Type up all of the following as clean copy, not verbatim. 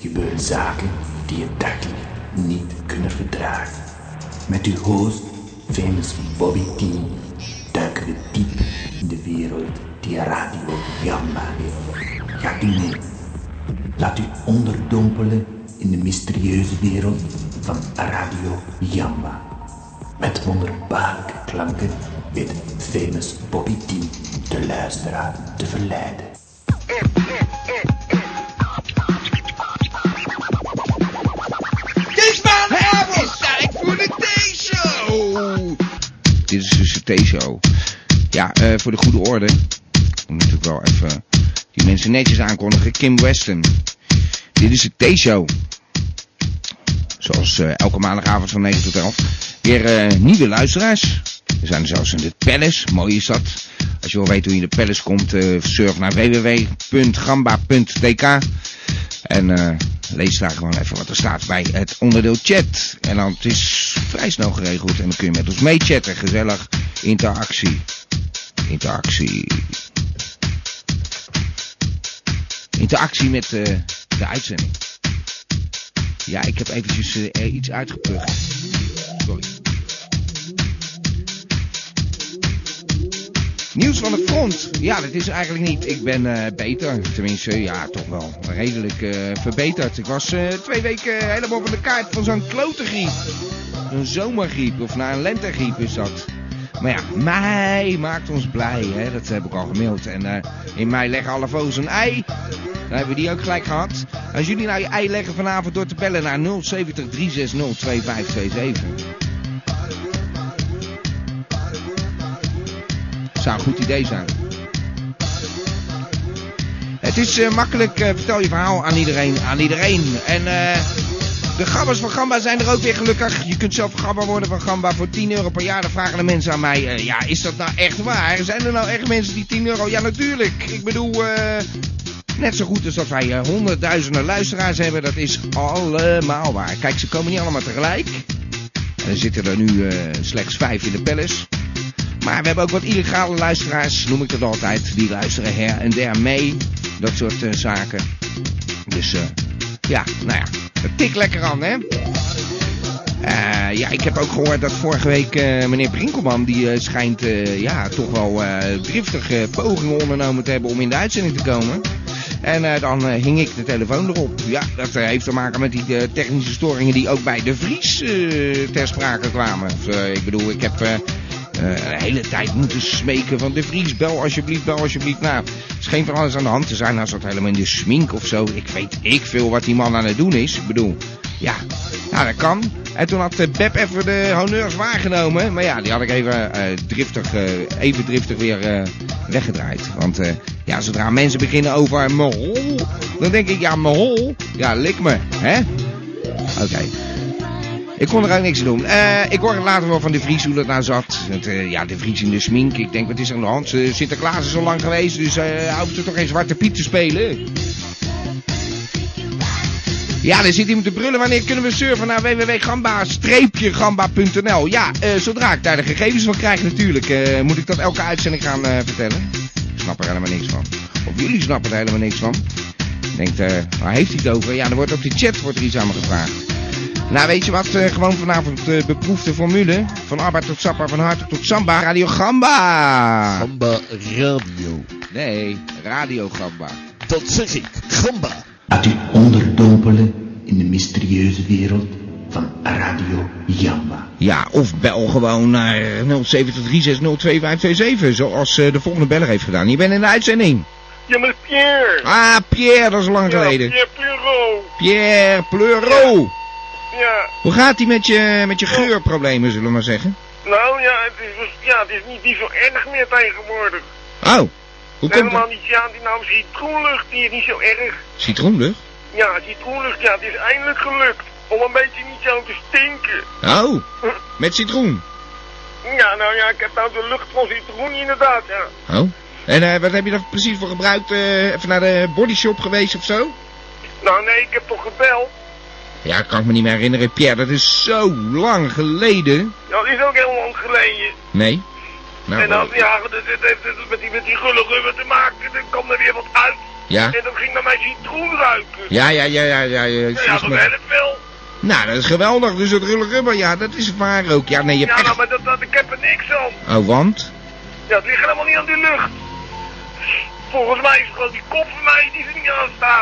gebeuren zaken die je dagelijks niet kunnen verdragen. Met uw host, famous Bobby T, duiken we diep in de wereld die Radio Gamba heeft. Gaat u mee? Laat u onderdompelen in de mysterieuze wereld van Radio Gamba. Met wonderbaarlijke klanken weet famous Bobby T de luisteraar te verleiden. Het is tijd voor de T-show! Dit is dus de T-show. Ja, voor de goede orde. Ik moet natuurlijk wel even die mensen netjes aankondigen. Kim Weston. Dit is de T-show. Zoals elke maandagavond van 9 tot 11. Weer nieuwe luisteraars. We zijn er zelfs in de Palace. Mooi is dat. Als je wil weten hoe je in de Palace komt, surf naar www.gamba.tk. En lees daar gewoon even wat er staat bij het onderdeel chat. En dan het is vrij snel geregeld. En dan kun je met ons meechatten. Gezellig. Interactie. Interactie met de uitzending. Ja, ik heb eventjes iets uitgeplukt. Sorry. Nieuws van het front. Ja, dat is eigenlijk niet. Ik ben beter. Tenminste, ja, toch wel redelijk verbeterd. Ik was 2 weken helemaal van de kaart van zo'n klotegriep. Een zomergriep. Of een lentegriep is dat. Maar ja, mei maakt ons blij. Hè? Dat heb ik al gemaild. En in mei leggen alle vogels een ei. Dan hebben we die ook gelijk gehad. Als jullie nou je ei leggen vanavond door te bellen naar 070 360 2527. Zou een goed idee zijn. Het is makkelijk, vertel je verhaal aan iedereen. En de gabbers van Gamba zijn er ook weer gelukkig. Je kunt zelf gabber worden van Gamba voor €10 per jaar. Dan vragen de mensen aan mij, ja, is dat nou echt waar? Zijn er nou echt mensen die €10? Ja, natuurlijk. Ik bedoel, net zo goed als dat wij honderdduizenden luisteraars hebben. Dat is allemaal waar. Kijk, ze komen niet allemaal tegelijk. En er zitten er nu slechts 5 in de Palace. Maar we hebben ook wat illegale luisteraars, noem ik dat altijd. Die luisteren her en der mee. Dat soort zaken. Dus ja, nou ja. Het tikt lekker aan, hè. Ja, ik heb ook gehoord dat vorige week meneer Brinkelman... die schijnt ja, toch wel driftige pogingen ondernomen te hebben om in de uitzending te komen. En dan hing ik de telefoon erop. Ja, dat heeft te maken met die technische storingen die ook bij de Vries ter sprake kwamen. Ik bedoel, ik heb... de hele tijd moeten smeken van de Vries, bel alsjeblieft. Nou, er is geen van alles aan de hand te zijn als dat helemaal in de smink of zo. Ik veel wat die man aan het doen is. Ik bedoel, ja, nou dat kan. En toen had Beb even de honneurs waargenomen. Maar ja, die had ik even driftig weer weggedraaid. Want ja, zodra mensen beginnen over Mahol, dan denk ik, ja, Mahol, ja, lik me, hè? Oké. Ik kon er ook niks aan doen. Ik hoor later wel van de Vries hoe dat nou zat. Ja, de Vries in de smink. Ik denk, wat is er aan de hand? Sinterklaas is al lang geweest, dus hoeft er toch geen Zwarte Piet te spelen. Ja, dan zit iemand te brullen. Wanneer kunnen we surfen naar www.gamba-gamba.nl? Ja, zodra ik daar de gegevens van krijg natuurlijk. Moet ik dat elke uitzending gaan vertellen? Ik snap er helemaal niks van. Of jullie snappen er helemaal niks van. Denkt, waar heeft hij het over? Ja, er wordt op de chat iets aan me gevraagd. Nou, weet je wat? Gewoon vanavond beproefde formule. Van Abba tot Sappa, van Harte tot Samba. Radio Gamba. Gamba Radio. Nee, Radio Gamba. Dat zeg ik, Gamba. Laat u onderdompelen in de mysterieuze wereld van Radio Gamba. Ja, of bel gewoon naar 070 360 2527. Zoals de volgende beller heeft gedaan. Je bent in de uitzending. Ja, met Pierre. Ah, Pierre, dat is lang geleden. Pierre Pleuro. Pierre Pleuro. Ja. Hoe gaat die met je geurproblemen, zullen we maar zeggen? Nou ja, het is niet zo erg meer tegenwoordig. Oh, hoe komt helemaal het? niet, ja, die naam citroenlucht, die is niet zo erg. Citroenlucht? Ja, citroenlucht, ja, het is eindelijk gelukt. Om een beetje niet zo te stinken. Oh, met citroen? Ja, nou ja, ik heb nou de lucht van citroen inderdaad, ja. Oh, en wat heb je daar precies voor gebruikt? Even naar de bodyshop geweest of zo? Nou nee, ik heb toch gebeld. Ja, dat kan ik me niet meer herinneren. Pierre, dat is zo lang geleden. Ja, dat is ook heel lang geleden. Nee. Nou, en dan, ja, dat heeft met die gullegubber te maken, dan komt er weer wat uit. Ja. En dat ging naar mijn citroen ruiken. Ja. Ja, dat helpt wel. Nou, dat is geweldig. Dus dat rulle rubber, ja, dat is waar ook. Ja, nee, je hebt Ja, echt... nou, maar ik heb er niks aan. Oh, want? Ja, het ligt helemaal niet aan die lucht. Volgens mij is het gewoon die kop van mij die er niet aan staat.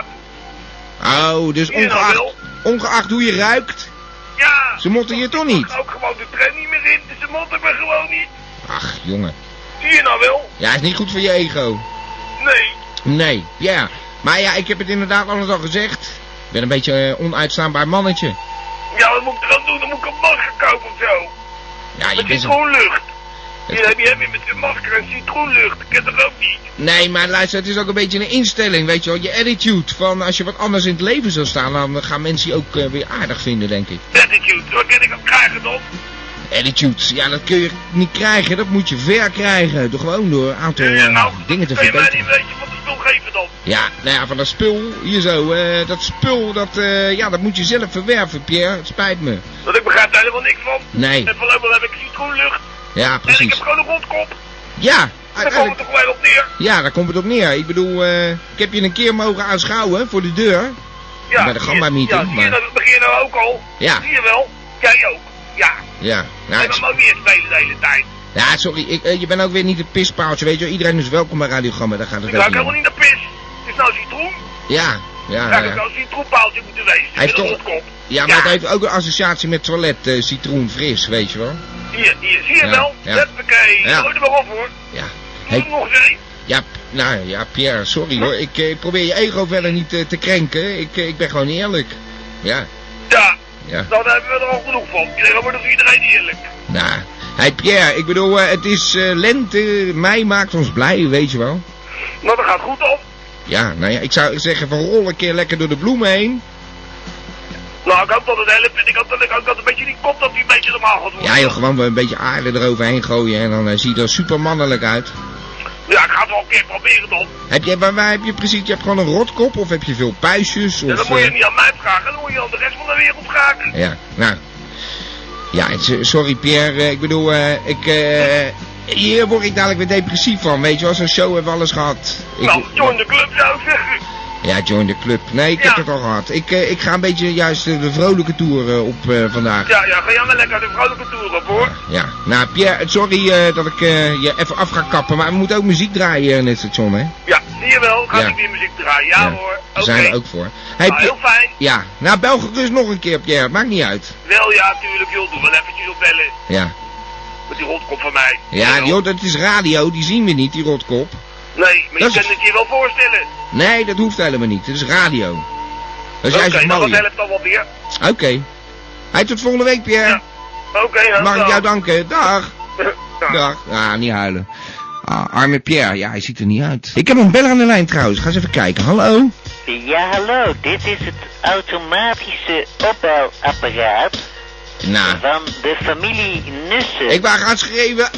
Oh, dus Zie je nou wel? ongeacht hoe je ruikt, Ja. ze motten je toch niet? Ik ook gewoon de tram niet meer in, dus ze motten me gewoon niet. Ach, jongen. Zie je nou wel? Ja, is niet goed voor je ego. Nee. Nee, ja. Maar ja, ik heb het inderdaad alles al gezegd. Ik ben een beetje een onuitstaanbaar mannetje. Ja, wat moet ik eraan doen? Dan moet ik een masker kopen of zo. Ja, je Met bent... citroenlucht. Hier heb je met een masker en citroenlucht. Ik ken dat ook niet. Nee, maar luister, het is ook een beetje een instelling, weet je wel. Je attitude van als je wat anders in het leven zou staan, dan gaan mensen je ook weer aardig vinden, denk ik. Attitude, wat kan ik dat krijgen dan? Attitude, ja, dat kun je niet krijgen, dat moet je verkrijgen. Gewoon door een aantal dingen te kun je mij verbeteren. niet een beetje van de spul geven dan? Ja, nou ja, van dat spul, hier zo, dat spul, dat moet je zelf verwerven, Pierre, het spijt me. Want ik begrijp er helemaal niks van. Nee. En voorlopig heb ik citroenlucht. Ja, En ik precies. heb gewoon een rondkop. Ja, Daar komt het uiteindelijk, toch wel op neer. ja, daar komt het op neer. Ik bedoel, ik heb je een keer mogen aanschouwen voor de deur. Ja, Bij de Gamba-meeting, Ja, zie je, maar- dat begin je nou ook al. Ja. Zie je wel? Jij ook. Ja. Ja, nou, En dan mag weer spelen de hele tijd. ja, sorry, je bent ook weer niet het pispaaltje, weet je wel. Iedereen is welkom bij Radio Gamba, daar gaat het Ik ook ruik niet helemaal om. niet naar pis. Het is nou citroen. Ja, Ruik ja. het nou een citroenpaaltje moeten wezen. Hij heeft met een toch- rondkop. Ja, maar het heeft ook een associatie met toilet, citroen fris, weet je wel. Hier, zie je Ja, wel? ja. Huppakee. Ja. Gooi er maar op hoor. Ja. Doe Hey, nog eens één. ja, nou ja, Pierre, sorry hoor. Ik probeer je ego verder niet te krenken. Ik ben gewoon eerlijk. Ja, Ja. ja. Nou, daar hebben we er al genoeg van. Iedereen wordt voor iedereen eerlijk. Nou, hey Pierre, ik bedoel, het is lente, mei maakt ons blij, weet je wel. Nou, dat gaat goed op. Ja, nou ja, ik zou zeggen van rol een keer lekker door de bloemen heen. Nou, ik hoop dat het helpt. En ik hoop dat een beetje die kop dat die een beetje normaal gaat worden. Ja joh, gewoon een beetje aarde eroverheen gooien en dan zie je er super mannelijk uit. Ja, ik ga het wel een keer proberen dan. Waar heb je precies, je hebt gewoon een rotkop of heb je veel puistjes? Ja, Of, dat moet je niet aan mij vragen, dan moet je aan de rest van de wereld vragen. Ja, nou. Ja, sorry Pierre, ik bedoel, hier word ik dadelijk weer depressief van, weet je wel, zo'n show hebben we alles gehad. Nou, join de club zou ik zeggen. Ja, join de club. Nee, ik heb het al gehad. Ik ga een beetje juist de vrolijke tour op vandaag. Ja, ga jij maar lekker de vrouwelijke tour op hoor. Ja, nou Pierre, sorry dat ik je even af ga kappen, maar we moeten ook muziek draaien in het station, hè? Ja, zie je wel, ga Ja. ik weer muziek draaien. Ja, hoor, oké. Daar zijn we ook voor. Hey, Nou, heel fijn. ja, nou bel gerust nog een keer, Pierre, maakt niet uit. Wel, ja, tuurlijk joh, doe wel eventjes opbellen. Ja. Met die rotkop van mij. Ja, joh, dat is radio, die zien we niet, die rotkop. Nee, maar Dat je is- kunt het je wel voorstellen. Nee, dat hoeft helemaal niet, het is radio. Dat is Oké, juist het nou dat mooie. helpt dan wel weer. Oké. Hey, tot volgende week, Pierre. Ja. Oké, ja, Mag ik dag. jou danken? Dag. Dag. Dag. Ah, niet huilen. Arme Pierre, ja, hij ziet er niet uit. Ik heb een beller aan de lijn trouwens, ga eens even kijken. Hallo? Ja, hallo. Dit is het automatische opbelapparaat Nou, van de familie Nussen. ik wou gaan schreeuwen.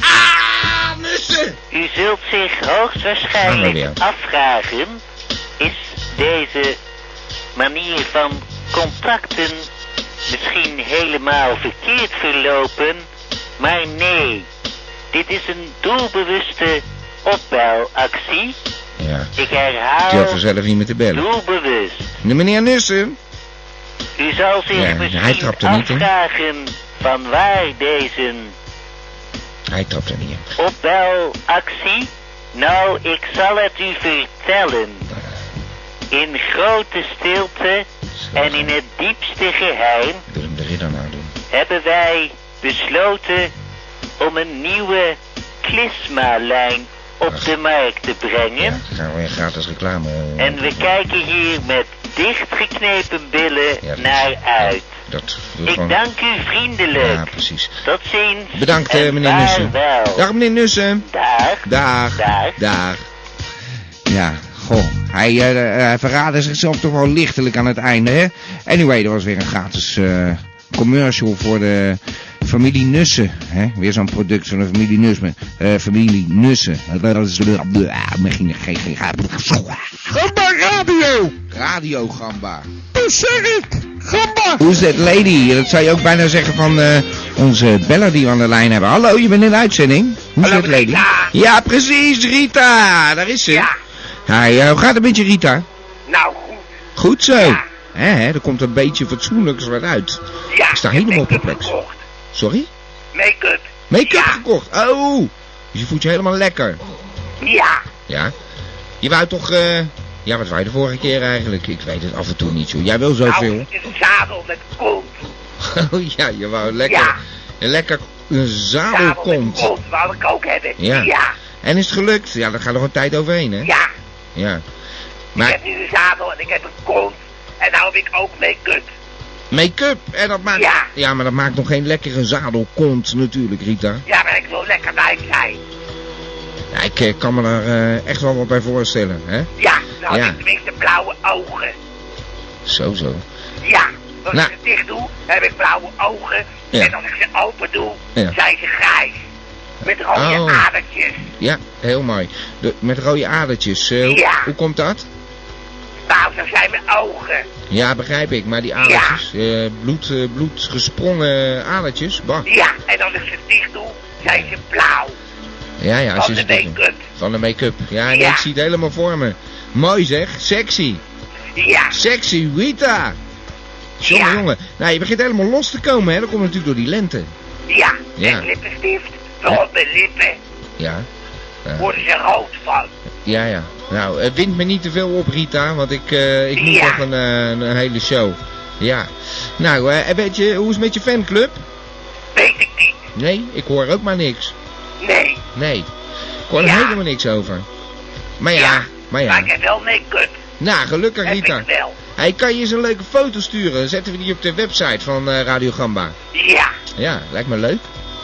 Nussen! U zult zich Gaan we hoogstwaarschijnlijk weer. afvragen, is deze manier van contacten misschien helemaal verkeerd verlopen? Maar nee, dit is een doelbewuste opbelactie. Ja, Ik je had herhaal, vanzelf niet meer te bellen. doelbewust. De meneer Nussen? U zal zich Ja, hij misschien trapt er niet in. afvragen van waar deze Hij trapt er niet in. opbelactie. Nou, ik zal het u vertellen. In grote stilte en in het diepste geheim Ik wil hem de ridder nou doen. hebben wij besloten om een nieuwe Klisma-lijn op de markt te brengen. Ja, dan gaan we weer gratis reclame. En we kijken hier met dichtgeknepen billen Ja, dat- naar uit. Dat wil Ik gewoon... dank u vriendelijk. Ja, precies. Tot ziens. Bedankt, en meneer Nussen. vaarwel. Dag, meneer Nussen. Dag. Dag. Dag. Dag. Ja, goh. Hij verraadde zichzelf toch wel lichtelijk aan het einde, hè? Anyway, er was weer een gratis commercial voor de familie Nussen. Hè? Weer zo'n product van de familie Nussen. Familie Nussen. Gamba Radio! Radio Gamba. Hoe zeg ik? Gamba! Who's that lady? Dat zou je ook bijna zeggen van onze beller die we aan de lijn hebben. Hallo, je bent in de uitzending. Who's Hallo, that lady? Rita. Ja, precies, Rita. Daar is ze. Ja. Hoe gaat het met je, Rita? Nou, goed. Goed zo. Ja. Hè, er komt een beetje fatsoenlijks wat uit. Ja, Ik sta helemaal make-up perplex. gekocht. Sorry? Make-up. Make-up Ja. gekocht. Oh. Dus je voelt je helemaal lekker. Ja. Ja. Je wou toch... Ja, wat wou je de vorige keer eigenlijk? Ik weet het af en toe niet, joh. Jij wil Nou, zoveel. het is een zadel met kont. Oh ja, je wou lekker... Ja. Een lekker Zadel met zadelkont. kont, wou ik ook hebben. Ja. Ja. En is het gelukt? Ja, daar gaat nog een tijd overheen, hè? Ja. Ja. Ik Maar heb nu een zadel en ik heb een kont. En nou heb ik ook make-up. make-up. En dat maakt... Ja. Ja, maar dat maakt nog geen lekkere zadelkont natuurlijk, Rita. Ja, maar ik wil lekker wijf zijn. Ja, ik kan me daar echt wel wat bij voorstellen, hè? Ja, nou Ja. heb ik tenminste blauwe ogen. Zo. Ja, als Nou. ik ze dicht doe, heb ik blauwe ogen. Ja. En als ik ze open doe, Ja. zijn ze grijs. Met rode Oh. adertjes. Ja, heel mooi. Met rode adertjes. Ja. Hoe komt dat? Nou, zo zijn mijn ogen. Ja, begrijp ik. Maar die adertjes, bloed gesprongen adertjes, bah. Ja, en als ik ze dicht doe, zijn ze blauw. Ja, als Van je de ze doet. make-up. Van de make-up. Ja, nee, Ja. ik zie het helemaal voor me. Mooi zeg, sexy. Ja, Sexy Rita. Jongen, Ja. jongen. Nou, je begint helemaal los te komen, hè. Dat komt natuurlijk door die lente. ja. Ja. En lippenstift. Vooral mijn lippen Ja. worden ze rood van. Ja. Nou, wind me niet te veel op, Rita, want ik moet Ja. nog een hele show. Ja. Nou, weet je, hoe is het met je fanclub? Weet ik niet. Nee, ik hoor ook maar niks. Nee. Nee. Ik hoor er Ja. helemaal niks over. Maar ja, Ja. maar ja. Maar ik heb wel make-up. Nou, gelukkig Heb Rita. ik wel. Hij kan je eens een leuke foto sturen. Dan zetten we die op de website van Radio Gamba. Ja. Ja, lijkt me leuk.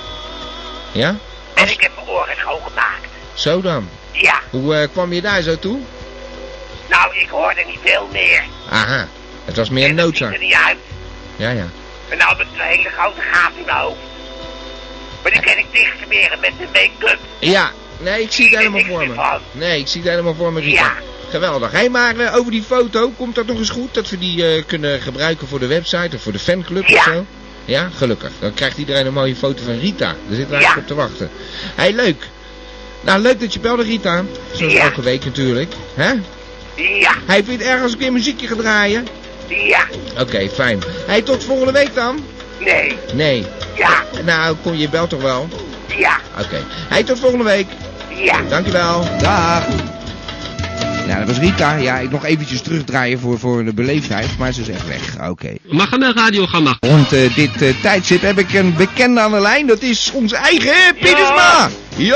Ja? En ik heb mijn oren schoongemaakt. Zo dan. Ja. Hoe kwam je daar zo toe? Nou, ik hoorde niet veel meer. Aha. Het was meer En dat ziet noodzaak. er niet uit. Ja. En nou heb ik een hele grote gaaf in mijn hoofd. Maar die kan ik dicht smeren met de make-up. Ja. Nee, ik zie het Zie je helemaal niks voor meer me. van? Nee, ik zie het helemaal voor me, Rita. Ja. Geweldig. Hé, maar over die foto, komt dat nog eens goed? Dat we die kunnen gebruiken voor de website of voor de fanclub Ja. of zo? Ja, gelukkig. Dan krijgt iedereen een mooie foto van Rita. Daar zitten we eigenlijk op te wachten. Hé, leuk. Nou, leuk dat je belde, Rita. Zoals Ja. elke week natuurlijk. Hè? Ja. Hij vindt ergens een keer muziekje gaan draaien? Ja. Oké, fijn. Hé, tot volgende week dan? Nee. Nee. Ja. Nou, kom je belt toch wel? Ja. Oké. Hé, tot volgende week. Ja. Dankjewel. Dag. Ja, dat was Rita. Ja, ik nog eventjes terugdraaien voor de beleefdheid, maar ze is echt weg. Oké. Mag een radiogamma. Rond dit tijdstip heb ik een bekende aan de lijn. Dat is onze eigen Pietersma.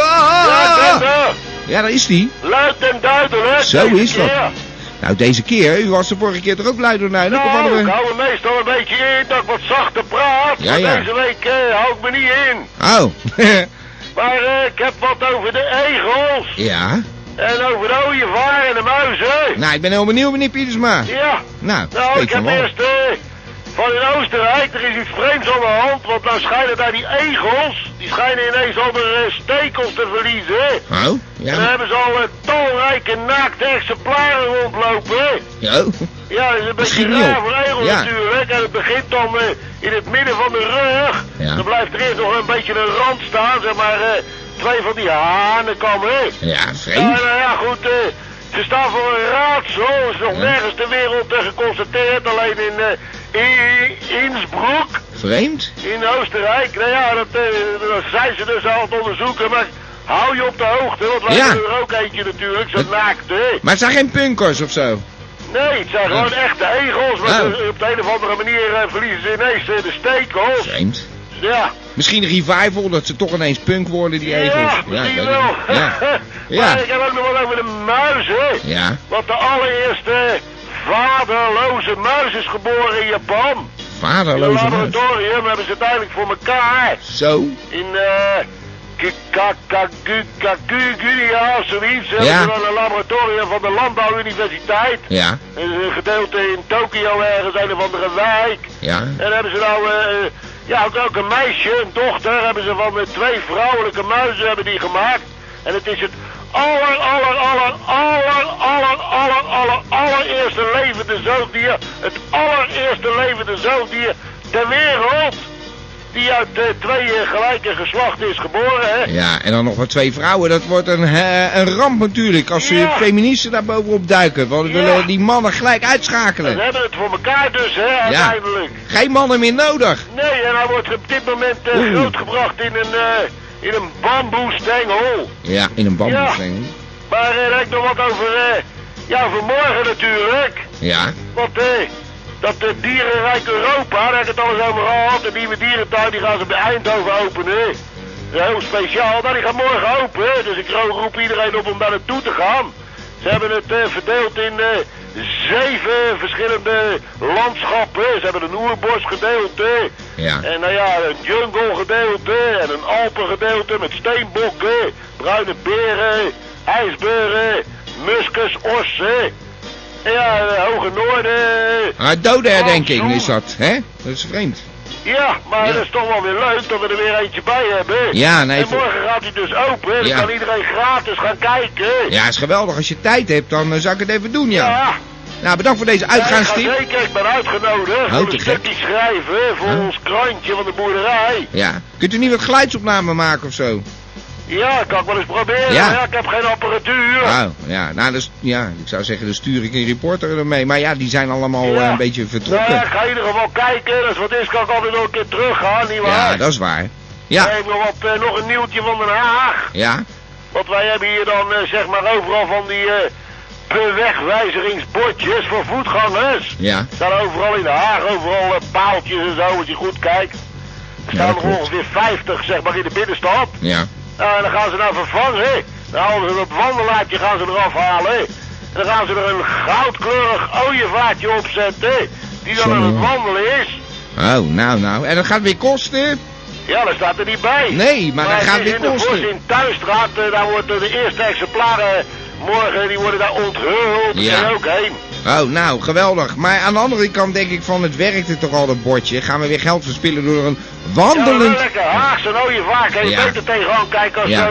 Ja! Ja, daar is die. Luid en duidelijk. Zo deze is dat. keer. Nou, deze keer, u was de vorige keer toch ook luider en duidelijk? Of Nou, hadden ik we... hou er meestal een beetje in dat ik wat zachter praat. Ja, maar ja. deze week hou ik me niet in. Oh. Maar ik heb wat over de egels. Ja. En over de ooievaar en de muizen. Nou, ik ben heel benieuwd, meneer Pietersma. Ja. Nou, Nou, steek ik van heb wal. eerst van in Oostenrijk, er is iets vreemds aan de hand. Want nou schijnen daar die egels, die schijnen ineens al de stekels te verliezen. Oh, En dan ja. hebben ze al talrijke naakte exemplaren rondlopen. Ja. Ja, dat is een beetje Misschien niet raar op. voor egels Ja. natuurlijk. En het begint dan in het midden van de rug. Ja. Dan blijft er eerst nog een beetje een rand staan, zeg maar 2 van die hanenkammen. Ja, Ja, vreemd. nou ja, goed. Ze staan voor een raadsel. Er is nog nergens ter wereld geconstateerd. Alleen in Innsbruck, Vreemd? in Oostenrijk. Nou ja, dat zijn ze dus aan het onderzoeken. Maar hou je op de hoogte, want wij Ja. hebben er ook eentje natuurlijk. Zo naakte. Maar het zijn geen punkers of zo? Nee, het zijn gewoon echte egels. Maar Oh. op de een of andere manier verliezen ze ineens de stekels. Vreemd. Ja. Misschien een revival, dat ze toch ineens punk worden, die egels. Ja, ik misschien weet wel. het niet. Ja. Ja. Maar ik heb ook nog wat over de muizen. Ja. Want de allereerste vaderloze muis is geboren in Japan. In een Vaderloze muis. laboratorium hebben ze het uiteindelijk voor elkaar. Zo. In Kikakugunia of zoiets. Hebben Ja. ze dan een laboratorium van de Landbouwuniversiteit. Ja. Een gedeelte in Tokio ergens, een of andere wijk. Ja. En hebben ze nou, ja, ook een meisje, een dochter, hebben ze van 2 vrouwelijke muizen hebben die gemaakt. En het is het allereerste levende zoogdier. Het allereerste levende zoogdier ter wereld. die uit 2 gelijke geslachten is geboren, hè. Ja, en dan nog maar 2 vrouwen. Dat wordt een ramp natuurlijk als feministen daar bovenop duiken. Want we willen die mannen gelijk uitschakelen. We hebben het voor elkaar dus, hè, uiteindelijk. Geen mannen meer nodig. Nee, en hij wordt op dit moment grootgebracht in een bamboestengel. Ja, in een bamboestengel. Ja. Maar er heb ik nog wat over, over morgen natuurlijk. Ja. Want dat dierenrijk Europa, daar heb ik het alles over gehad. De nieuwe dierentuin, die gaan ze bij Eindhoven openen. Heel speciaal. Nou, die gaat morgen open. Dus ik roep iedereen op om daar naartoe te gaan. Ze hebben het verdeeld in 7 verschillende landschappen. Ze hebben een oerbosgedeelte. Ja. En nou ja, een jungle gedeelte. En een alpengedeelte met steenbokken, bruine beren, ijsberen, muskus, ossen. En ja, Hoge Noorden. Dodenherdenking is dat, hè? Dat is vreemd. Ja, maar dat is toch wel weer leuk dat we er weer eentje bij hebben. Ja, nee. En morgen gaat hij dus open. Dan kan iedereen gratis gaan kijken. Ja, is geweldig. Als je tijd hebt, dan zou ik het even doen, ja. Nou, bedankt voor deze uitgaanstip. Ja, zeker. Ik ben uitgenodigd voor een stukje schrijven voor ons krantje van de boerderij. Ja. Kunt u niet wat geluidsopname maken of zo? Ja, kan ik wel eens proberen. Ja. Maar ja, ik heb geen apparatuur. Oh, ja. Nou, dus, ja, ik zou zeggen, dan stuur ik een reporter ermee. Maar ja, die zijn allemaal een beetje vertrokken. Nou ja, ik ga in ieder geval kijken. Als wat is, kan ik altijd nog een keer teruggaan, nietwaar? Ja, dat is waar. Ja. Ik heb nog een nieuwtje van Den Haag. Ja. Want wij hebben hier dan, zeg maar, overal van die bewegwijzeringsbordjes voor voetgangers. Ja. Staan overal in Den Haag, overal paaltjes en zo, als je goed kijkt. Er staan er ongeveer 50, zeg maar, in de binnenstad. Ja. Nou, en dan gaan ze nou vervangen. Dan halen ze dat wandelaartje gaan ze eraf halen. En dan gaan ze er een goudkleurig ooievaartje op zetten. Die dan aan het wandelen is. Oh, nou. En dat gaat weer kosten? Ja, dat staat er niet bij. Nee, maar dat gaat weer kosten. In de in Tuinstraat, daar worden de eerste exemplaren morgen, die worden daar onthuld. Ja. Daar ook heen. Oh, nou, geweldig. Maar aan de andere kant denk ik van, het werkte toch al, dat bordje. Gaan we weer geld verspillen door een wandelend... Ja, lekker Haagse ooievaar. Kan je beter tegenaan kijken als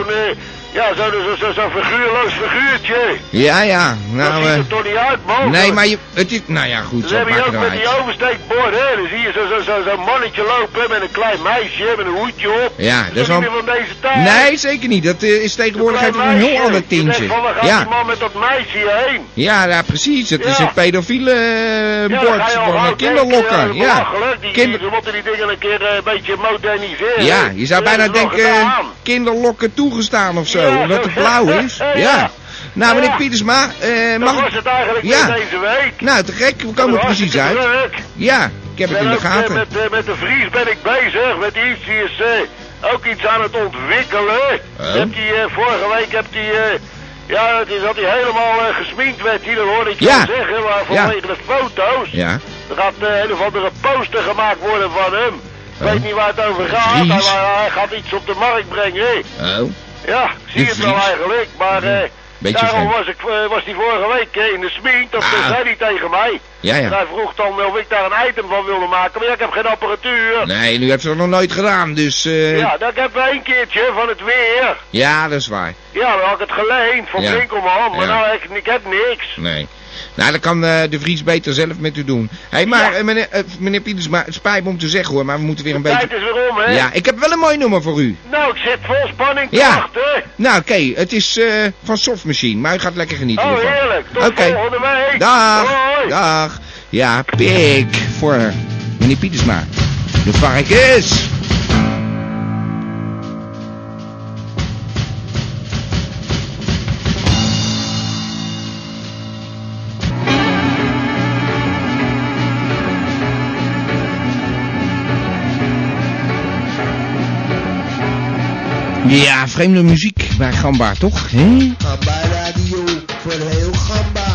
zo'n figuurloos figuurtje. Ja. Nou, dat ziet er toch niet uit, man. Nee, maar het is... Nou ja, goed, dan zo heb je maakt ook het met uit. die oversteekborden, hè. Dan zie je zo'n mannetje lopen met een klein meisje met een hoedje op. Ja, dat is wel... wel... niet meer van deze tijd. Nee, zeker niet. Dat is tegenwoordig heeft een heel ander tintje. Waar gaat die man met dat meisje heen? Ja, precies. Het is een pedofiele bord van kinderlokken. Ze moeten die dingen een keer een beetje moderniseren. Ja, je zou bijna denken kinderlokken toegestaan of zo, omdat het blauw is. Ja. Nou, meneer Pietersma, dat was het eigenlijk deze week. Nou, te gek, we komen er precies uit. Ja, ik heb het in de gaten. Met de Vries ben ik bezig, met iets, die is ook iets aan het ontwikkelen. Vorige week had hij helemaal gesminkt werd hij, dat hoorde ik wel zeggen, maar vanwege de foto's. Ja. Er gaat een of andere poster gemaakt worden van hem. Ik weet niet waar het over gaat, hij gaat iets op de markt brengen. Oh. Ja, ik zie het wel eigenlijk, maar daarom was hij vorige week in de smink, dat zei hij tegen mij. Ja. En hij vroeg dan of ik daar een item van wilde maken, maar ja, ik heb geen apparatuur. Nee, nu heb je het nog nooit gedaan, dus... Ja, ik heb een keertje van het weer. Ja, dat is waar. Ja, dan had ik het geleend van Winkelman, maar nou, ik heb niks. Nee. Nou, dat kan de Vries beter zelf met u doen. Hé, maar meneer Pietersma, het spijt me om te zeggen hoor, maar we moeten weer een beetje... De tijd is weer om, hè? Ja, ik heb wel een mooi nummer voor u. Nou, ik zit vol spanning te wachten. Nou, oké, het is van Soft Machine, maar u gaat lekker genieten ervan. Oh, heerlijk. Tot volgende week. Dag. Hoi. Dag. Ja, pik voor meneer Pietersma. De varkens. Ja, vreemde muziek bij Gamba, toch? Gamba Radio voor heel Gamba.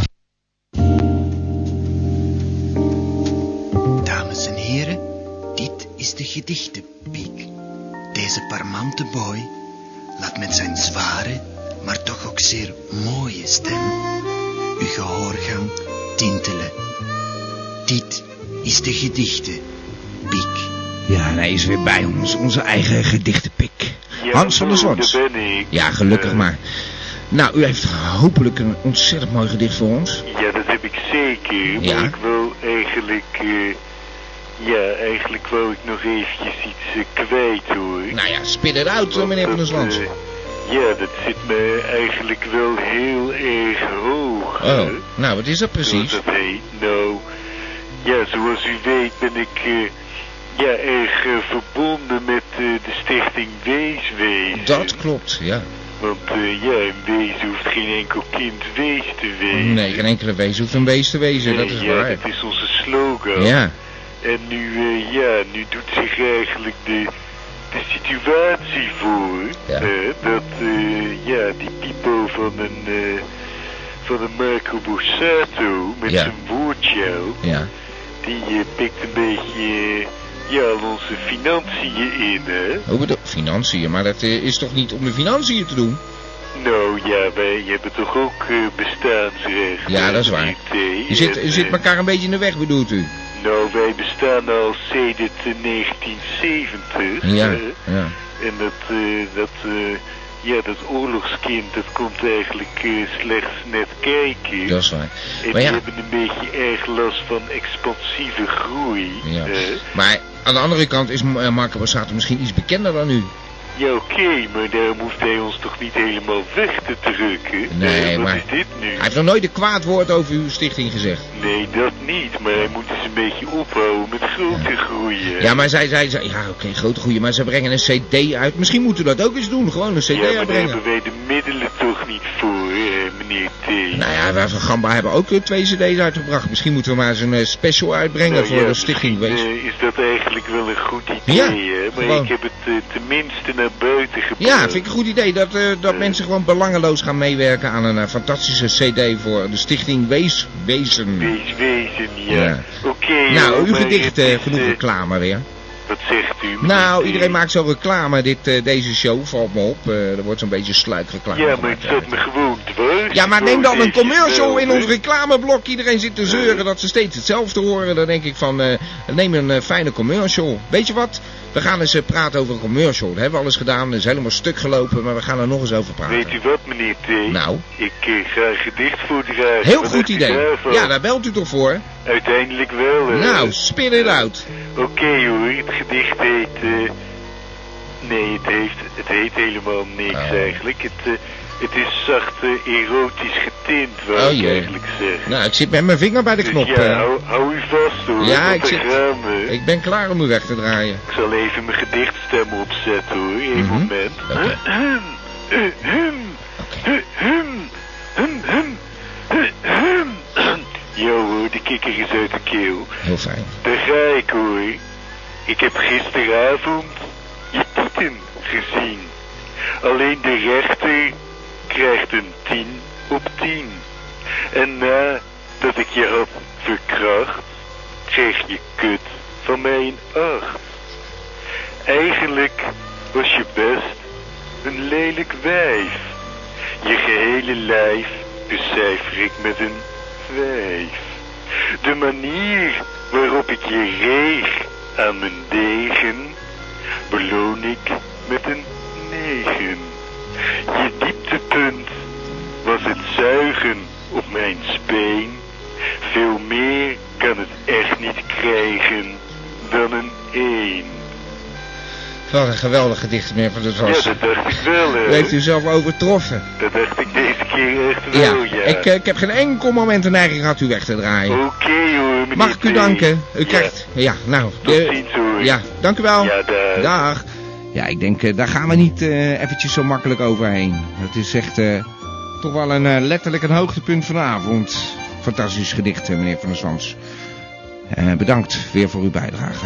Dames en heren, dit is de gedichtenpiek. Deze parmante boy laat met zijn zware, maar toch ook zeer mooie stem uw gehoorgang tintelen. Dit is de gedichtenpiek. Ja, en hij is weer bij ons, onze eigen gedichtenpik. Hans van der Zwans. Daar ben ik. Ja, gelukkig maar. Nou, u heeft hopelijk een ontzettend mooi gedicht voor ons. Ja, dat heb ik zeker. Maar ik wil eigenlijk Ja, eigenlijk wou ik nog eventjes iets kwijt, hoor. Nou ja, spit het uit, meneer Van der Zwans. Ja, dat zit me eigenlijk wel heel erg hoog. Oh, nou, wat is dat precies? Zoals dat heet. Nou, ja, zoals u weet ben ik erg verbonden met de stichting Weeswezen. Dat klopt, ja. Want een wezen hoeft geen enkel kind wees te wezen. Nee, geen enkele wezen hoeft een wees te wezen, dat is waar. Dat is onze slogan. Ja. En nu doet zich eigenlijk de situatie voor, ja. Dat die Pipo van een Marco Borsato met zijn woordshow, die pikt een beetje al onze financiën in, hè? Hoe bedoel financiën? Maar dat is toch niet om de financiën te doen? Nou ja, wij hebben toch ook bestaansrecht. Ja, dat is waar. Je zit elkaar een beetje in de weg, bedoelt u? Nou, wij bestaan al sedert 1970. Ja. En dat oorlogskind, dat komt eigenlijk slechts net kijken. Dat is waar. En die hebben een beetje erg last van expansieve groei. Ja. Maar aan de andere kant is Marco Borsato misschien iets bekender dan u. Ja, oké, maar daarom hoeft hij ons toch niet helemaal weg te drukken? Nee, wat maar is dit nu? Hij heeft nog nooit een kwaad woord over uw stichting gezegd. Nee, dat niet, maar hij moet eens een beetje ophouden met grote groeien. Ja, maar zij ja, oké, grote groeien, maar ze brengen een cd uit. Misschien moeten we dat ook eens doen, gewoon een cd uitbrengen. Ja, maar daar hebben wij de middelen toch niet voor, meneer T. Nou ja, wij van Gamba hebben ook 2 cd's uitgebracht. Misschien moeten we maar eens een special uitbrengen voor de stichting Wees. Is dat eigenlijk wel een goed idee, ja, hè? Maar gewoon. Ik heb het tenminste naar buiten gebracht. Ja, vind ik een goed idee dat mensen gewoon belangeloos gaan meewerken aan een fantastische cd voor de stichting Weeswezen. Weeswezen, ja. Oké. Nou, uw gedicht, genoeg reclame weer. Wat zegt u? Nou, iedereen maakt zo reclame, deze show, valt me op. Er wordt zo'n beetje sluikreclame. Ja, maar het staat me gewoon dwars. Ja, maar neem dan een commercial in ons reclameblok. Iedereen zit te zeuren dat ze steeds hetzelfde horen. Dan denk ik van, neem een fijne commercial. Weet je wat? We gaan eens praten over een commercial. Dat hebben we al eens gedaan. Dat is helemaal stuk gelopen, maar we gaan er nog eens over praten. Weet u wat, meneer T? Nou? Ik ga een gedicht voordragen. Heel goed idee. Ja, daar belt u toch voor? Uiteindelijk wel. Nou, spit het uit. Oké hoor, het gedicht heet... Nee, het heet helemaal niks eigenlijk. Het is zacht erotisch getint, wat ik eigenlijk zeg. Nou, ik zit met mijn vinger bij de knop. Dus ja, hou u vast hoor. Ja, ik ben klaar om u weg te draaien. Ik zal even mijn gedichtsstem opzetten hoor, één moment. Jo hoor, de kikker is uit de keel. Heel fijn. Daar ga ik hoor. Ik heb gisteravond je tieten gezien. Alleen de rechter krijgt een 10 op 10. En nadat ik je had verkracht, kreeg je kut van mij een 8. Eigenlijk was je best een lelijk wijf. Je gehele lijf becijfer ik met een 5. De manier waarop ik je reeg aan mijn degen, beloon ik met een 9. Je dieptepunt was het zuigen op mijn speen. Veel meer kan het echt niet krijgen dan een 1. Wat een geweldig gedicht, meneer Van der Zwans. Ja, dat dacht ik wel, hè. U heeft u zelf overtroffen. Dat dacht ik deze keer echt wel, ja. Ik heb geen enkel moment de neiging gehad u weg te draaien. Oké, hoor, meneer. Mag ik u danken? U krijgt... Ja, nou... Tot ziens, hoor. Ja, dank u wel. Ja, dag. Ja, ik denk, daar gaan we niet eventjes zo makkelijk overheen. Het is echt toch wel letterlijk een hoogtepunt vanavond. Fantastisch gedicht, meneer Van der Zwans. Bedankt weer voor uw bijdrage.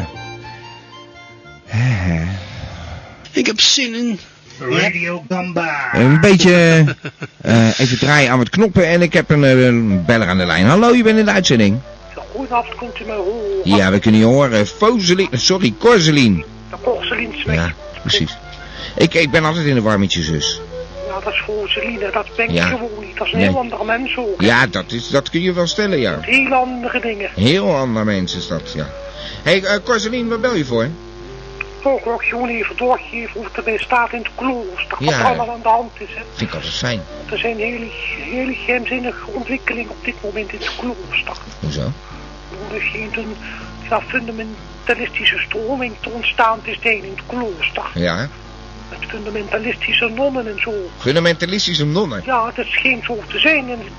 Ik heb zin in Radio Gamba. Een beetje even draaien aan wat knoppen en ik heb een beller aan de lijn. Hallo, je bent in de uitzending. Goedenavond, kunt u mij horen? Ja, we kunnen je horen. Korselien. De Korselien smeekt. Ja, precies. Ik ben altijd in de war met je zus. Ja, dat is Korseline, dat ben ik gewoon niet. Dat is een heel andere mens ook. Ja, dat kun je wel stellen, ja. Heel andere dingen. Heel andere mensen is dat, ja. Hé, Korselien, waar bel je voor? Ik wil gewoon even doorgeven hoe het erbij staat in het klooster. Wat Ja. er allemaal aan de hand is, hè. Vind ik altijd fijn. Er zijn hele geheimzinnige ontwikkelingen op dit moment in het klooster. Hoezo? Er schijnt een fundamentele fundamentalistische stroming te ontstaan te zijn in het klooster. Ja. Met fundamentalistische nonnen en zo. Fundamentalistische nonnen? Ja, dat scheen zo te zijn. En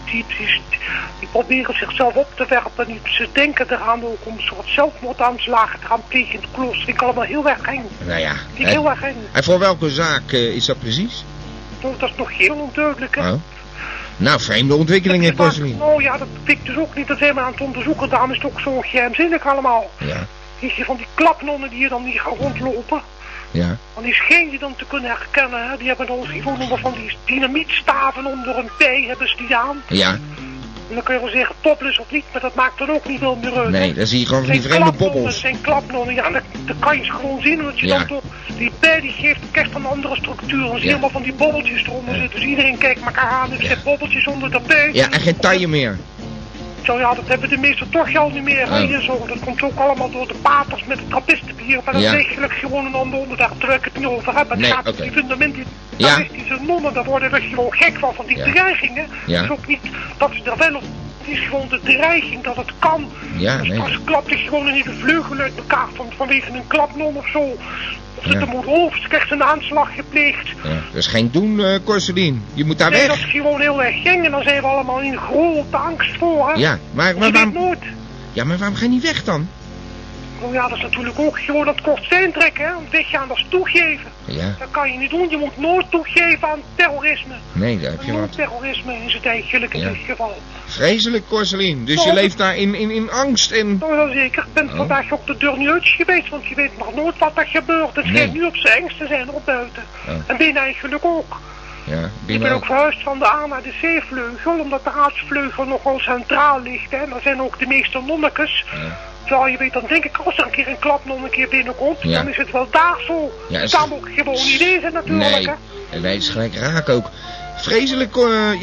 die proberen zichzelf op te werpen. Ze denken eraan ook om een soort zelfmoordaanslagen te gaan plegen in het klooster. Dat vind ik allemaal heel erg eng. Nou ja. Heel erg eng. En voor welke zaak is dat precies? Nou, dat is nog heel onduidelijk, hè. Oh. Nou, vreemde ontwikkelingen, Corselien. Nou ja, dat weet ik dus ook niet. Dat zijn we aan het onderzoeken. Daarom is het ook zo geheimzinnig allemaal. Ja. Kijk je van die klapnonnen die hier dan niet gaan rondlopen. Ja. Want die scheen je dan te kunnen herkennen, hè. Die hebben dan gewoon onder van die dynamietstaven onder een pij hebben ze die aan. Ja. En dan kun je wel zeggen topless of niet, maar dat maakt dan ook niet veel meer uit. Nee, dan zie je gewoon van die vreemde bobbels. Dat zijn klapnonnen, ja, dat kan je gewoon zien. Want je dan toch, die pij die geeft echt een andere structuur. Dan zie je helemaal van die bobbeltjes eronder zitten. Dus iedereen kijkt elkaar aan en er zitten bobbeltjes onder de pij. Ja, en geen taille meer. Zo ja, dat hebben de meesten toch al niet meer. Hè? Zo, dat komt ook allemaal door de paters met het trappistenbier. Maar dat is eigenlijk gewoon een ander onderwerp, terwijl ik het niet over heb. Het gaat om die fundamentalistische nonnen, daar worden we gewoon gek van die dreigingen. Ja. Het is ook niet dat ze er wel op. Het is gewoon de dreiging dat het kan. Ja, dus nee. als klapt zich gewoon een hele vleugel uit elkaar vanwege een klapnon of zo. Of zit er moet hoofd, krijgt een aanslag gepleegd. Ja, dat is geen doen, Corselien. Je moet daar weg. Dat is gewoon heel erg eng en dan zijn we allemaal in grote angst voor, hè. Ja, maar waarom... nooit. Ja, maar waarom ga je niet weg dan? Nou ja, dat is natuurlijk ook gewoon het kort zijn trekken, hè. Want weggaan, dat is toegeven. Ja. Dat kan je niet doen. Je moet nooit toegeven aan terrorisme. Nee, daar heb je wat. Terrorisme is het eigenlijk in dit geval. Vreselijk, Corselien. Dus je leeft daar in angst en... Nou ja, zeker. Ik ben vandaag ook de deur niet uit geweest, want je weet maar nooit wat er gebeurt. Het schijnt nu op zijn engst te zijn op buiten. En binnen eigenlijk ook. Ja, ik ben ook verhuisd van de A naar de C-vleugel, omdat de A-vleugel nogal centraal ligt. Hè. En daar zijn ook de meeste nonnekes. Ja, je weet, dan denk ik, als er een keer een klapnon een keer binnenkomt, dan is het wel daar zo. Ja, het kan ook gewoon niet wezen natuurlijk, hè. Nee, het is gelijk raak ook. Vreselijk,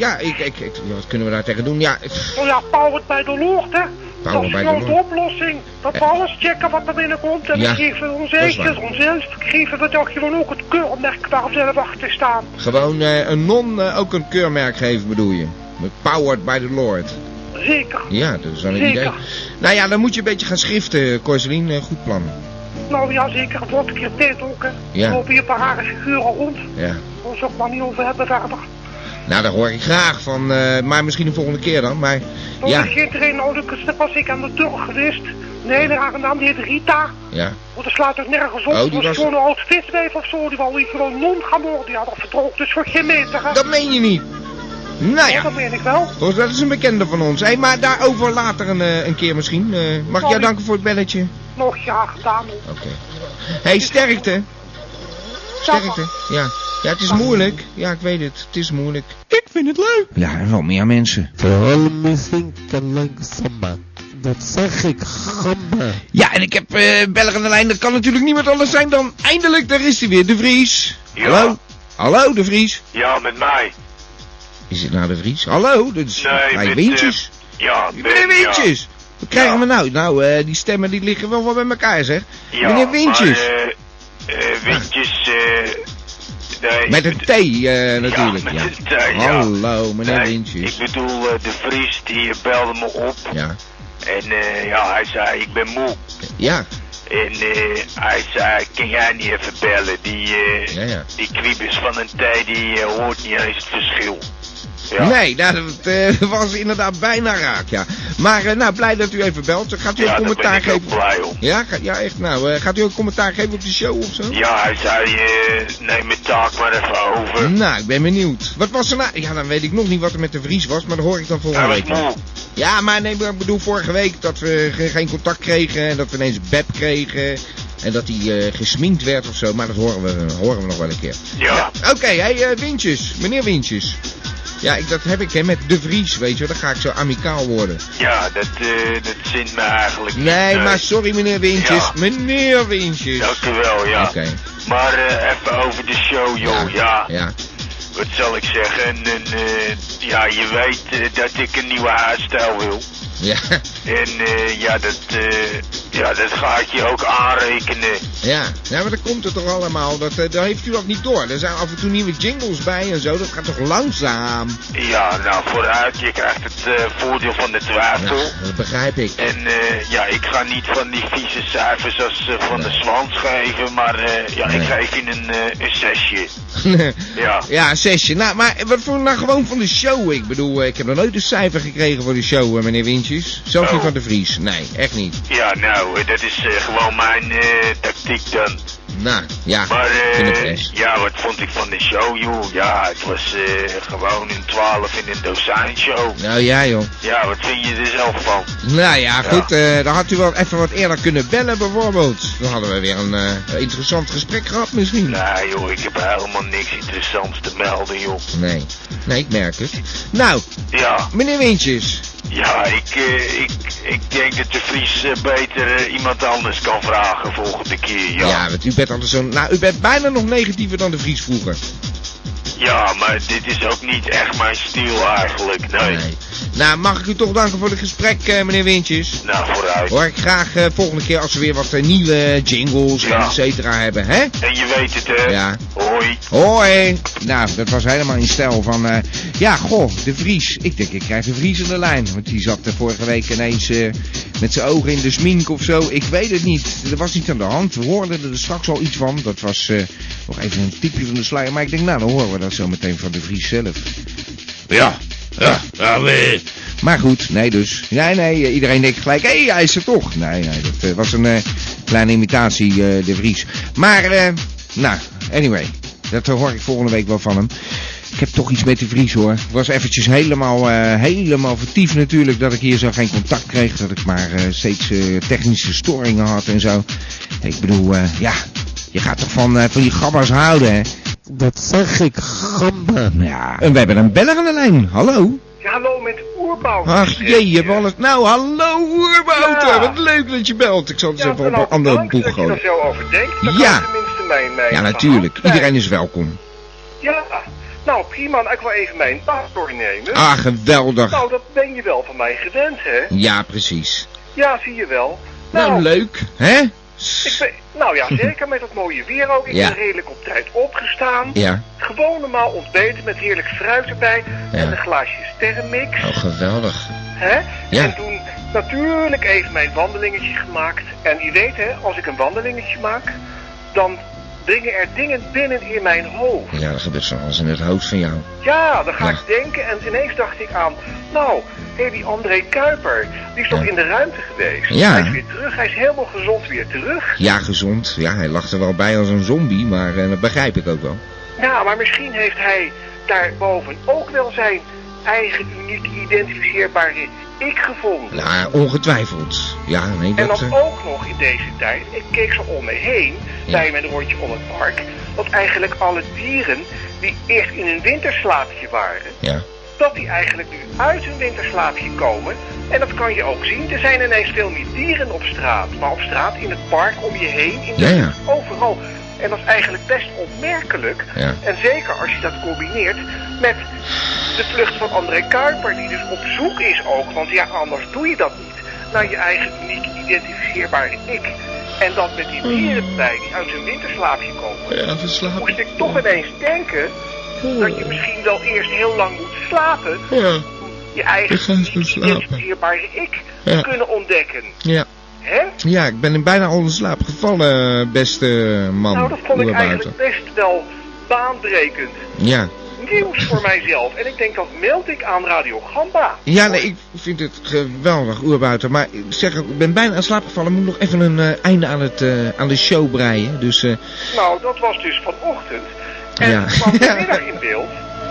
wat kunnen we daar tegen doen? Ja, oh ja, powered by the Lord, hè. Dat is gewoon de oplossing. Dat we alles checken wat er binnenkomt. En dan geven we onszelf geven we dan gewoon ook het keurmerk waarop ze achter staan. Gewoon een non ook een keurmerk geven, bedoel je? Met powered by the Lord. Zeker. Ja, dat is dan een idee. Nou ja, dan moet je een beetje gaan schriften, Corselien. Goed plan. Nou ja, zeker. Het wordt een keer tijd ook, hè. Ja. Er lopen hier een paar rare figuren rond. Ja. Daar zullen we het maar niet over hebben verder. Nou, daar hoor ik graag van, maar misschien de volgende keer dan, maar ja. Daar was ik aan de deur geweest. Een hele rare naam, die heet Rita. Ja. Want dat slaat ook nergens op. Oh, die was gewoon een oud viswijf of zo, die wou hier gewoon non gaan worden. Die had al verdroogd, dus voor geen meter. Hè. Dat meen je niet. Nou ja. Dat meen ik wel. Oh, dat is een bekende van ons. Hey, maar daarover later een keer misschien. Mag ik jou danken voor het belletje? Nog graag gedaan. Oké. Hey, sterkte. Sterkte, ja. Ja, het is moeilijk. Ja, ik weet het. Het is moeilijk. Ik vind het leuk. Ja, en wel meer mensen. Vooral muziek en leuk samba. Dat zeg ik, gamba. Ja, en ik heb beller aan de lijn. Dat kan natuurlijk niemand anders zijn dan eindelijk, daar is hij weer, De Vries. Ja. Hallo? Hallo, De Vries. Ja, met mij. Is het nou De Vries? Hallo? Dat is met Wintjes. Meneer Wintjes. Ja. Wat krijgen we nou? Nou, die stemmen die liggen wel bij elkaar, zeg. Ja, meneer Wintjes. Maar, Wintjes, nee, met een T natuurlijk. Ja, met een T, Hallo, meneer Wintjes. Ik bedoel, De Vries, die belde me op. Ja. En hij zei, ik ben moe. Ja. En hij zei, kan jij niet even bellen? Die kwiebus van een T, die hoort niet eens het verschil. Ja. Nee, nou, dat was inderdaad bijna raak, ja. Maar nou, blij dat u even belt. Gaat u ook commentaar geven? Ja, daar ben ik ook blij om. Ja, echt nou. Gaat u ook commentaar geven op de show of zo? Ja, hij zei, neem mijn taak maar even over. Nou, ik ben benieuwd. Wat was er nou? Ja, dan weet ik nog niet wat er met De Vries was, maar dat hoor ik dan volgende week. Ja, maar nee, ik bedoel vorige week dat we geen contact kregen en dat we ineens Beb kregen. En dat hij gesminkt werd of zo, maar dat horen we nog wel een keer. Ja. Oké, Wintjes, meneer Wintjes. Ja, dat heb ik met De Vries, weet je wel. Dan ga ik zo amicaal worden. Ja, dat zint me eigenlijk niet. Nee, maar sorry meneer Wintjes. Ja. Meneer Wintjes. Dank u wel, ja. Oké. Maar even over de show, joh. Ja. Wat zal ik zeggen? Ja, je weet dat ik een nieuwe haarstijl wil. Ja, En dat ga ik je ook aanrekenen. Ja, maar dat komt het toch allemaal. Dat heeft u ook niet door. Er zijn af en toe nieuwe jingles bij en zo. Dat gaat toch langzaam? Ja, nou vooruit. Je krijgt het voordeel van de twijfel. Ja, dat begrijp ik. En ik ga niet van die vieze cijfers als van de Swans geven. Maar ik geef je een 6. Ja, 6. Nou, maar wat voor nou gewoon van de show? Ik bedoel, ik heb nog nooit een cijfer gekregen voor de show, meneer Wintjes. Zelfs niet van de Vries. Nee, echt niet. Ja, nou, dat is gewoon mijn tactiek dan. Nou, ja, maar, kinderpres. Ja, wat vond ik van de show, joh? Ja, het was gewoon een 12 in een dozijn show. Nou ja, joh. Ja, wat vind je er zelf van? Nou ja, goed, dan had u wel even wat eerder kunnen bellen bijvoorbeeld. Dan hadden we weer een interessant gesprek gehad misschien. Nee joh, ik heb helemaal niks interessants te melden, joh. Nee, ik merk het. Nou, ja. Meneer Wintjes. Ja, ik denk dat de Vries beter iemand anders kan vragen volgende keer, ja. Ja, want u bent altijd zo... Nou, u bent bijna nog negatiever dan de Vries vroeger. Ja, maar dit is ook niet echt mijn stijl eigenlijk, nee. Nou, mag ik u toch danken voor het gesprek, meneer Wintjes? Nou, vooruit. Hoor ik graag volgende keer als we weer wat nieuwe jingles en et cetera hebben, hè? En je weet het, hè? Ja. Hoi. Hoi. Nou, dat was helemaal in stijl van... de Vries. Ik denk, ik krijg de Vries aan de lijn. Want die zat vorige week ineens met zijn ogen in de smink of zo. Ik weet het niet. Er was iets aan de hand. We hoorden er straks al iets van. Dat was nog even een tipje van de sluier. Maar ik denk, nou, dan horen we dat zo meteen van de Vries zelf. Ja, maar goed, nee dus. Nee, iedereen denkt gelijk, hij is er toch. Nee, dat was een kleine imitatie, de Vries. Maar, anyway, dat hoor ik volgende week wel van hem. Ik heb toch iets met de Vries, hoor. Het was eventjes helemaal vertiefd natuurlijk dat ik hier zo geen contact kreeg. Dat ik maar steeds technische storingen had en zo. Ik bedoel, je gaat toch van die gabbers houden, hè? Dat zeg ik, gamba. Ja, en we hebben een beller aan de lijn. Hallo? Ja, hallo, met Oerbouter. Ach jee, je hebt alles... Nou, hallo Oerbouter. Ja. Wat leuk dat je belt. Ik zal het even op een andere boeg gooien. Dat je er zo over denkt. Ja. Tenminste mijn ja, natuurlijk. Iedereen is welkom. Ja. Nou, prima. Ik wil even mijn tas doornemen. Ah, geweldig. Nou, dat ben je wel van mij gewend, hè? Ja, precies. Ja, zie je wel. Nou leuk, hè? Nou ja, zeker met dat mooie weer ook. Ik ben redelijk op tijd opgestaan. Ja. Gewoon normaal ontbeten met heerlijk fruit erbij. En een glaasje sterrenmix. Oh, geweldig. Hè? Ja. En toen natuurlijk even mijn wandelingetje gemaakt. En je weet hè, als ik een wandelingetje maak, dan dringen er dingen binnen in mijn hoofd. Ja, dat gebeurt zo alles in het hoofd van jou. Ja, dan ga ik denken en ineens dacht ik aan, die André Kuiper, die is toch in de ruimte geweest? Ja. Hij is weer terug, hij is helemaal gezond weer terug. Ja, gezond. Ja, hij lag er wel bij als een zombie, maar dat begrijp ik ook wel. Ja, maar misschien heeft hij daarboven ook wel zijn eigen uniek identificeerbare ik gevonden. Nou, ongetwijfeld. Ja, nee, en dan ook nog in deze tijd, ik keek zo om me heen, bij mijn rondje om het park, dat eigenlijk alle dieren die eerst in een winterslaapje waren, dat die eigenlijk nu uit hun winterslaapje komen. En dat kan je ook zien. Er zijn ineens veel meer dieren op straat. Maar op straat, in het park, om je heen, overal. En dat is eigenlijk best opmerkelijk. Ja. En zeker als je dat combineert met de vlucht van André Kuiper, die dus op zoek is ook. Want ja, anders doe je dat niet. Naar je eigen uniek identificeerbare ik. En dat met die dieren erbij die uit hun winterslaapje komen. Ja, verslapen. Moest ik toch ineens denken dat je misschien wel eerst heel lang moet slapen. Ja. Je eigen identificeerbare ik kunnen ontdekken. Ja. Hè? Ja, ik ben bijna al in slaap gevallen, beste man. Nou, dat vond ik eigenlijk best wel baanbrekend. Ja. Nieuws voor mijzelf. En ik denk, dat meld ik aan Radio Gamba. Ja, nee, ik vind het geweldig, Oerbuiten. Maar ik ben bijna in slaap gevallen. Moet nog even een einde aan de show breien. Dus, Nou, dat was dus vanochtend. En kwam de middag in beeld.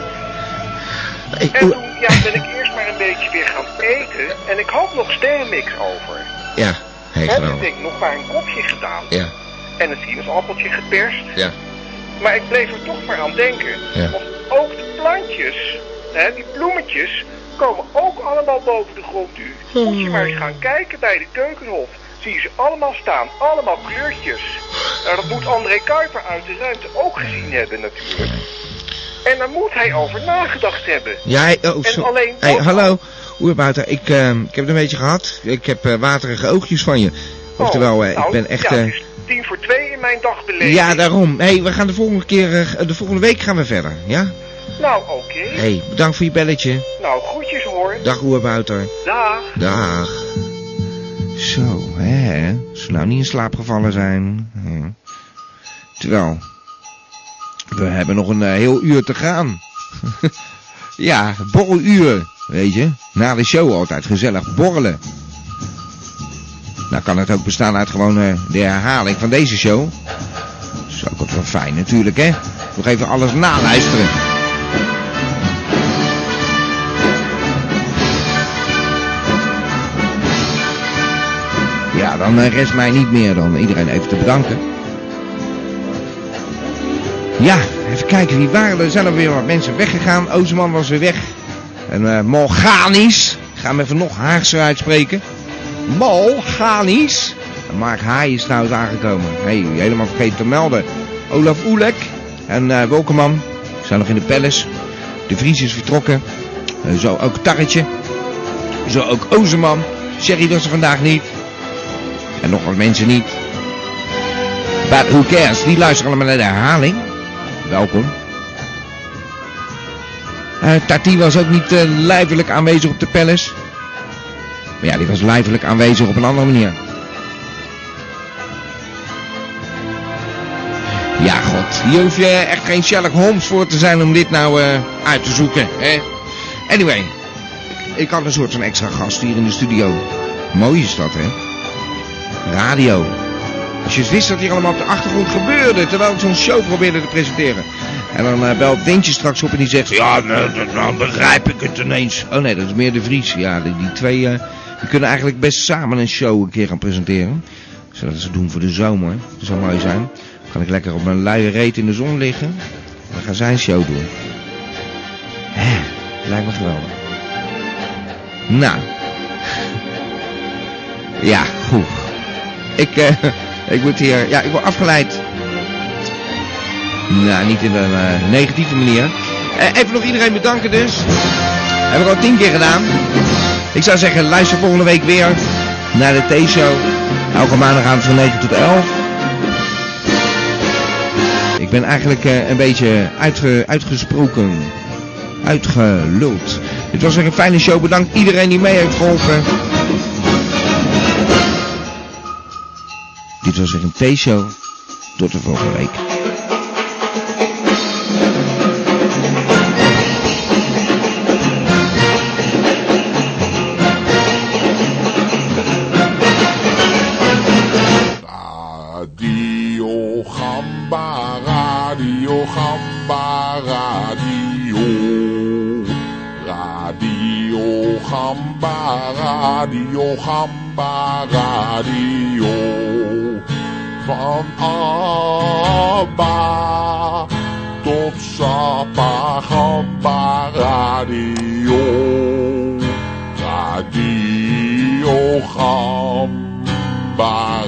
En toen ben ik eerst maar een beetje weer gaan eten. En ik had nog sterrenmix over. Ja, heb ik denk nog maar een kopje gedaan. Ja. En een sinaasappeltje geperst. Ja. Maar ik bleef er toch maar aan denken. Ja. Want ook de plantjes, die bloemetjes, komen ook allemaal boven de grond nu. Moet je maar eens gaan kijken bij de Keukenhof. Zie je ze allemaal staan. Allemaal kleurtjes. Nou, dat moet André Kuiper uit de ruimte ook gezien hebben natuurlijk. En daar moet hij over nagedacht hebben. Ja, en alleen hallo. Oerbouter, ik heb het een beetje gehad. Ik heb waterige oogjes van je. Oftewel, ik ben echt... Ja, het is 1:50 in mijn dagbeleving. Ja, daarom. We gaan de volgende week gaan we verder, ja? Nou, oké. Bedankt voor je belletje. Nou, groetjes hoor. Dag Oerbouter. Dag. Dag. Zo, ze nou niet in slaap gevallen zijn. Terwijl, we hebben nog een heel uur te gaan. Ja, borreluur, weet je. Na de show altijd gezellig borrelen. Nou kan het ook bestaan uit gewoon de herhaling van deze show. Dat is ook wel fijn natuurlijk, hè. Nog even alles naluisteren. Ja, dan rest mij niet meer dan iedereen even te bedanken. Ja, even kijken wie waren er. Er zijn er weer wat mensen weggegaan. Ozeman was weer weg. En Morganisch. Ik ga hem even nog Haagse uitspreken. Morganisch. En Mark Haai is trouwens aangekomen. Helemaal vergeten te melden. Olaf Oelek en Wolkeman zijn nog in de Palace. De Vries is vertrokken. Zo ook Tarretje. Zo ook Ozeman. Sherry was er vandaag niet. En nog wat mensen niet. But who cares? Die luisteren allemaal naar de herhaling. Welkom. Tati was ook niet lijfelijk aanwezig op de Palace. Maar ja, die was lijfelijk aanwezig op een andere manier. Ja, god. Hier hoef je echt geen Sherlock Holmes voor te zijn om dit nou uit te zoeken. Hè? Anyway. Ik had een soort van extra gast hier in de studio. Mooi is dat, hè? Radio. Als je wist dat hier allemaal op de achtergrond gebeurde, terwijl ik zo'n show probeerde te presenteren. En dan belt Dintje straks op en die zegt, ja, nou begrijp ik het ineens. Oh nee, dat is meer de Vries. Ja, die twee, die kunnen eigenlijk best samen een show een keer gaan presenteren. Zodat ze doen voor de zomer. Dat zou mooi zijn. Dan kan ik lekker op mijn luie reet in de zon liggen. En dan gaan zij een show doen. Lijkt me geweldig. Nou. Ja, goed. Ik moet hier... Ja, ik word afgeleid. Nou, niet in een negatieve manier. Even nog iedereen bedanken dus. Hebben we al 10 keer gedaan. Ik zou zeggen, luister volgende week weer naar de T-show. Elke maandagavond van 9 tot 11. Ik ben eigenlijk een beetje uitgesproken. Uitgeluld. Dit was weer een fijne show. Bedankt iedereen die mee heeft geholpen. Dit was weer een T-show. Tot de volgende week. Radio Gamba, Radio Gamba, Radio. Radio Gamba, Radio Gamba, Radio. Van Abba tot Sapa Gamba Radio. Radio Gamba.